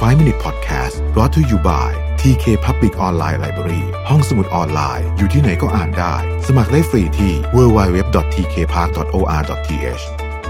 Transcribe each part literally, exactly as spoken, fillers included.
ไฟว์ มินิท Podcast brought to you by ที เค Public Online Library ห้องสมุดออนไลน์อยู่ที่ไหนก็อ่านได้สมัครได้ฟรีที่ ดับเบิลยู ดับเบิลยู ดับเบิลยู ดอท ที เค พาร์ค ดอท โอ อาร์ ดอท ที เอช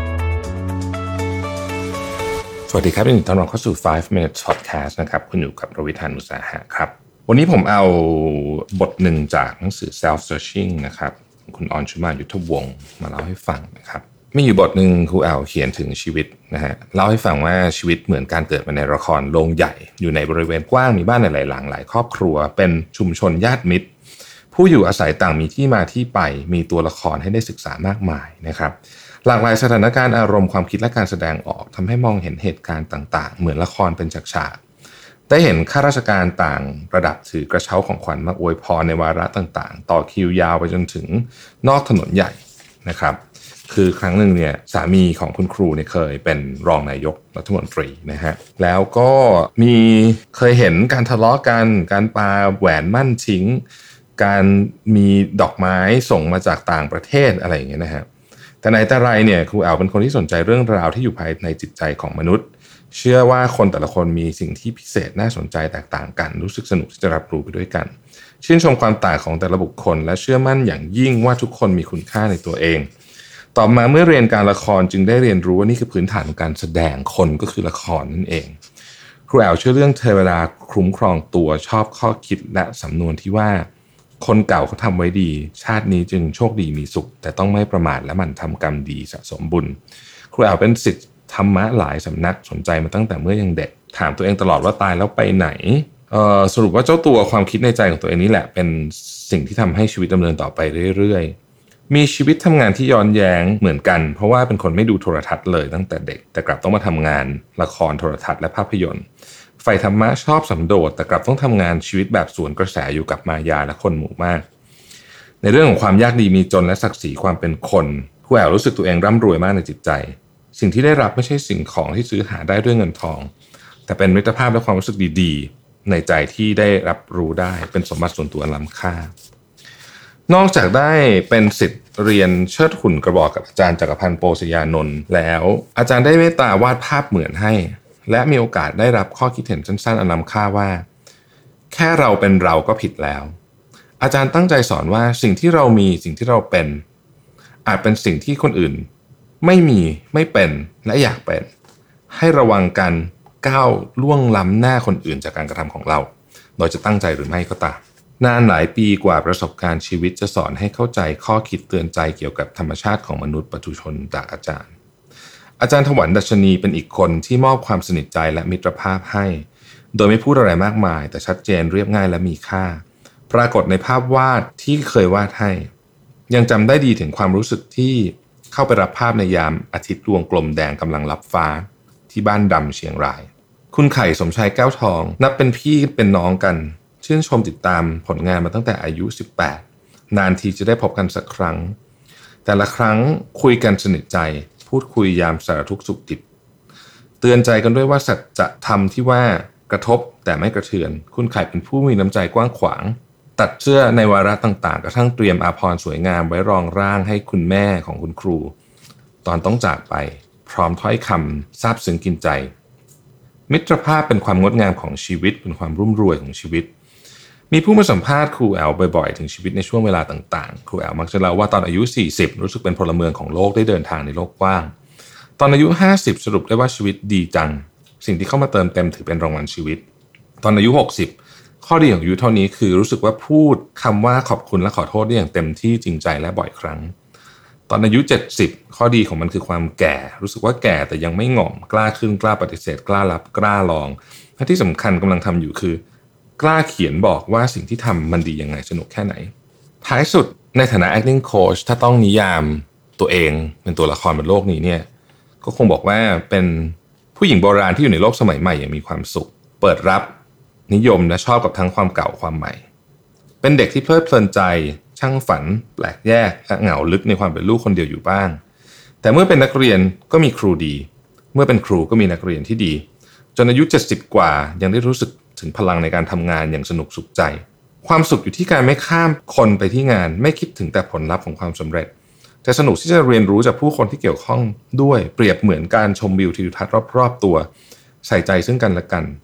สวัสดีครับยินดีต้อนรับเข้าสู่ ไฟว์ มินิท Podcast นะครับคุณอยู่กับรวิธานอุตสาหะครับวันนี้ผมเอาบทหนึ่งจากหนังสือ Self Searching นะครับคุณอรชุมายุทธวงศ์มาเล่าให้ฟังนะครับมีอยู่บทหนึ่งครูแอลเขียนถึงชีวิตนะฮะเล่าให้ฟังว่าชีวิตเหมือนการเกิดมาในละครโรงใหญ่อยู่ในบริเวณกว้างมีบ้านหลายหลังหลายครอบครัวเป็นชุมชนญาติมิตรผู้อยู่อาศัยต่างมีที่มาที่ไปมีตัวละครให้ได้ศึกษามากมายนะครับหลากหลายสถานการณ์อารมณ์ความคิดและการแสดงออกทำให้มองเห็นเหตุการณ์ต่างๆเหมือนละครเป็นฉากๆได้เห็นข้าราชการต่างระดับถือกระเช้าของขวัญมาอวยพรในวาระต่างๆต่อคิวยาวไปจนถึงนอกถนนใหญ่นะครับคือครั้งหนึ่งเนี่ยสามีของคุณครูเนี่ยเคยเป็นรองนายกรัฐมนตรีนะฮะแล้วก็มีเคยเห็นการทะเลาะกันการปาแหวนมั่นทิ้งการมีดอกไม้ส่งมาจากต่างประเทศอะไรอย่างเงี้ยนะฮะแต่ไหนแต่ไรเนี่ยครูแอลเป็นคนที่สนใจเรื่องราวที่อยู่ภายในจิตใจของมนุษย์เชื่อว่าคนแต่ละคนมีสิ่งที่พิเศษน่าสนใจแตกต่างกันรู้สึกสนุกที่จะรับรู้ไปด้วยกันชื่นชมความต่างของแต่ละบุคคลและเชื่อมั่นอย่างยิ่งว่าทุกคนมีคุณค่าในตัวเองต่อมาเมื่อเรียนการละครจึงได้เรียนรู้ว่านี่คือพื้นฐานของการแสดงคนก็คือละครนั่นเองครูแอลเชื่อเรื่องเทวดาคุ้มครองตัวชอบข้อคิดและสำนวนที่ว่าคนเก่าเขาทำไว้ดีชาตินี้จึงโชคดีมีสุขแต่ต้องไม่ประมาทและหมั่นทำกรรมดีสะสมบุญครูแอลเป็นศิษย์ธรรมะหลายสำนักสนใจมาตั้งแต่เมื่อยังเด็กถามตัวเองตลอดว่าตายแล้วไปไหนเอ่อสรุปว่าเจ้าตัวความคิดในใจของตัวเองนี่แหละเป็นสิ่งที่ทำให้ชีวิตดำเนินต่อไปเรื่อยๆมีชีวิตทำงานที่ย้อนแย้งเหมือนกันเพราะว่าเป็นคนไม่ดูโทรทัศน์เลยตั้งแต่เด็กแต่กลับต้องมาทำงานละครโทรทัศน์และภาพยนตร์ใฝ่ธรรมะชอบสันโดษแต่กลับต้องทำงานชีวิตแบบสวนกระแสอยู่กับมายาและคนหมู่มากในเรื่องของความยากดีมีจนและศักดิ์ศรีความเป็นคนครูแอลรู้สึกตัวเองร่ำรวยมากในจิตใจสิ่งที่ได้รับไม่ใช่สิ่งของที่ซื้อหาได้ด้วยเงินทองแต่เป็นมิตรภาพและความรู้สึกดีๆในใจที่ได้รับรู้ได้เป็นสมบัติส่วนตัวล้ำค่านอกจากได้เป็นศิษย์เรียนเชิดหุ่นกระบอกกับอาจารย์จักรพันธ์โปสยานนท์แล้วอาจารย์ได้เมตตาวาดภาพเหมือนให้และมีโอกาสได้รับข้อคิดเห็นสั้นๆอันล้ำค่าว่าแค่เราเป็นเราก็ผิดแล้วอาจารย์ตั้งใจสอนว่าสิ่งที่เรามีสิ่งที่เราเป็นอาจเป็นสิ่งที่คนอื่นไม่มีไม่เป็นและอยากเป็นให้ระวังการก้าวล่วงล้ำหน้าคนอื่นจากการกระทำของเราโดยจะตั้งใจหรือไม่ก็ตามนานหลายปีกว่าประสบการณ์ชีวิตจะสอนให้เข้าใจข้อคิดเตือนใจเกี่ยวกับธรรมชาติของมนุษย์ปุถุชนจากอาจารย์อาจารย์ถวันดัชนีเป็นอีกคนที่มอบความสนิทใจและมิตรภาพให้โดยไม่พูดอะไรมากมายแต่ชัดเจนเรียบง่ายและมีค่าปรากฏในภาพวาดที่เคยวาดให้ยังจำได้ดีถึงความรู้สึกที่เข้าไปรับภาพในยามอาทิตย์ดวงกลมแดงกำลังลับฟ้าที่บ้านดำเชียงรายคุณไข่สมชายแก้วทองนับเป็นพี่เป็นน้องกันชื่นชมติดตามผลงานมาตั้งแต่อายุสิบแปดนานทีจะได้พบกันสักครั้งแต่ละครั้งคุยกันสนิทใจพูดคุยยามสารทุกข์สุขดิบเตือนใจกันด้วยว่าสัจธรรมที่ว่ากระทบแต่ไม่กระเทือนคุณไข่เป็นผู้มีน้ำใจกว้างขวางตัดเสื้อในวาระต่างๆกระทั่งเตรียมอาภรณ์สวยงามไว้รองร่างให้คุณแม่ของคุณครูตอนต้องจากไปพร้อมถ้อยคำซาบซึ้งกินใจมิตรภาพเป็นความงดงามของชีวิตเป็นความรุ่มรวยของชีวิตมีผู้มาสัมภาษณ์ครูแอลบ่อยๆถึงชีวิตในช่วงเวลาต่างๆครูแอลมักจะเล่าว่าตอนอายุสี่สิบรู้สึกเป็นพลเมืองของโลกได้เดินทางในโลกกว้างตอนอายุห้าสิบสรุปได้ว่าชีวิตดีจังสิ่งที่เข้ามาเติมเต็มถือเป็นรางวัลชีวิตตอนอายุหกสิบข้อดีของอายุเท่านี้คือรู้สึกว่าพูดคำว่าขอบคุณและขอโทษได้อย่างเต็มที่จริงใจและบ่อยครั้งตอนอายุเจ็ดสิบข้อดีของมันคือความแก่รู้สึกว่าแก่แต่ยังไม่หง่อมกล้าขึ้นกล้าปฏิเสธกล้ารับกล้าลองและที่สำคัญกำลังทำอยู่คือกล้าเขียนบอกว่าสิ่งที่ทำมันดียังไงสนุกแค่ไหนท้ายสุดในฐานะ acting coach ถ้าต้องนิยามตัวเองเป็นตัวละครบนโลกนี้เนี่ยก็คงบอกว่าเป็นผู้หญิงโบราณที่อยู่ในโลกสมัยใหม่อย่างมีความสุขเปิดรับนิยมและชอบกับทั้งความเก่าความใหม่เป็นเด็กที่เพลิดเพลินใจช่างฝันแปลกแยกและเหงาลึกในความเป็นลูกคนเดียวอยู่บ้างแต่เมื่อเป็นนักเรียนก็มีครูดีเมื่อเป็นครูก็มีนักเรียนที่ดีจนอายุเจ็ดสิบกว่ายังได้รู้สึกถึงพลังในการทำงานอย่างสนุกสุขใจความสุขอยู่ที่การไม่ข้ามคนไปที่งานไม่คิดถึงแต่ผลลัพธ์ของความสำเร็จแต่สนุกที่จะเรียนรู้จากผู้คนที่เกี่ยวข้องด้วยเปรียบเหมือนการชมวิวทิวทัศน์รอบๆตัวใส่ใจซึ่งกันและกัน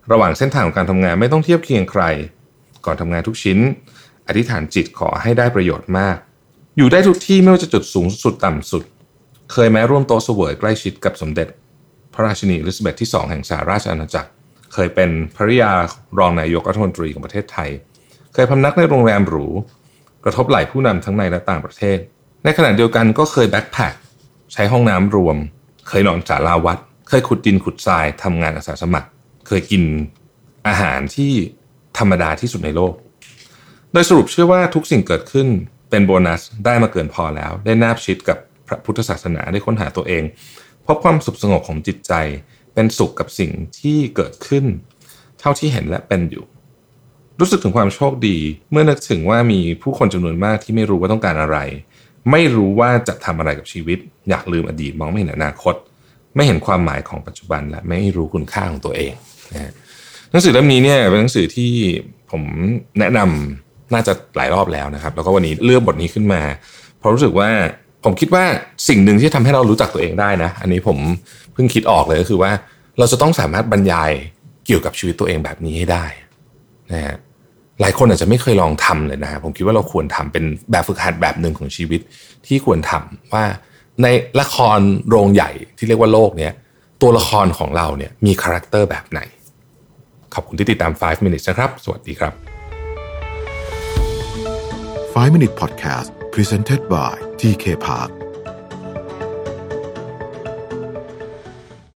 ระหว่างเส้นทางของการทำงานไม่ต้องเทียบเคียงใครก่อนทำงานทุกชิ้นอธิษฐานจิตขอให้ได้ประโยชน์มากอยู่ได้ทุกที่ไม่ว่าจะจุดสูงสุดต่ำสุดเคยแม้ร่วมโต๊ะเสวยใกล้ชิดกับสมเด็จพระราชินีอลิซาเบธที่สองแห่งสหราชอาณาจักรเคยเป็นภริยารองนายกรัฐมนตรีของประเทศไทยเคยพำนักในโรงแรมหรูกระทบไหล่ผู้นำทั้งในและต่างประเทศในขณะเดียวกันก็เคยแบ็คแพ็คใช้ห้องน้ำรวมเคยนอนศาลาวัดเคยขุดดินขุดทรายทำงานอาสาสมัครเคยกินอาหารที่ธรรมดาที่สุดในโลกโดยสรุปเชื่อว่าทุกสิ่งเกิดขึ้นเป็นโบนัสได้มาเกินพอแล้วได้แนบชิดกับพระพุทธศาสนาได้ค้นหาตัวเองพบความสุขสงบของจิตใจเป็นสุขกับสิ่งที่เกิดขึ้นเท่าที่เห็นและเป็นอยู่รู้สึกถึงความโชคดีเมื่อนึกถึงว่ามีผู้คนจำนวนมากที่ไม่รู้ว่าต้องการอะไรไม่รู้ว่าจะทำอะไรกับชีวิตอยากลืมอดีตมองไม่เห็นอนาคตไม่เห็นความหมายของปัจจุบันและไม่รู้คุณค่าของตัวเองนะหนังสือเล่มนี้เนี่ยเป็นหนังสือที่ผมแนะนำน่าจะหลายรอบแล้วนะครับแล้วก็วันนี้เลือกบทนี้ขึ้นมาเพราะรู้สึกว่าผมคิดว่าสิ่งหนึ่งที่ทำให้เรารู้จักตัวเองได้นะอันนี้ผมเพิ่งคิดออกเลยก็คือว่าเราจะต้องสามารถบรรยายเกี่ยวกับชีวิตตัวเองแบบนี้ให้ได้นะฮะหลายคนอาจจะไม่เคยลองทำเลยนะผมคิดว่าเราควรทำเป็นแบบฝึกหัดแบบหนึ่งของชีวิตที่ควรทำว่าในละครโรงใหญ่ที่เรียกว่าโลกเนี้ยตัวละครของเราเนี่ยมีคาแรคเตอร์แบบไหนขอบคุณที่ติดตามไฟว์ minutes นะครับสวัสดีครับไฟว์ minute podcast presented by ที เค Park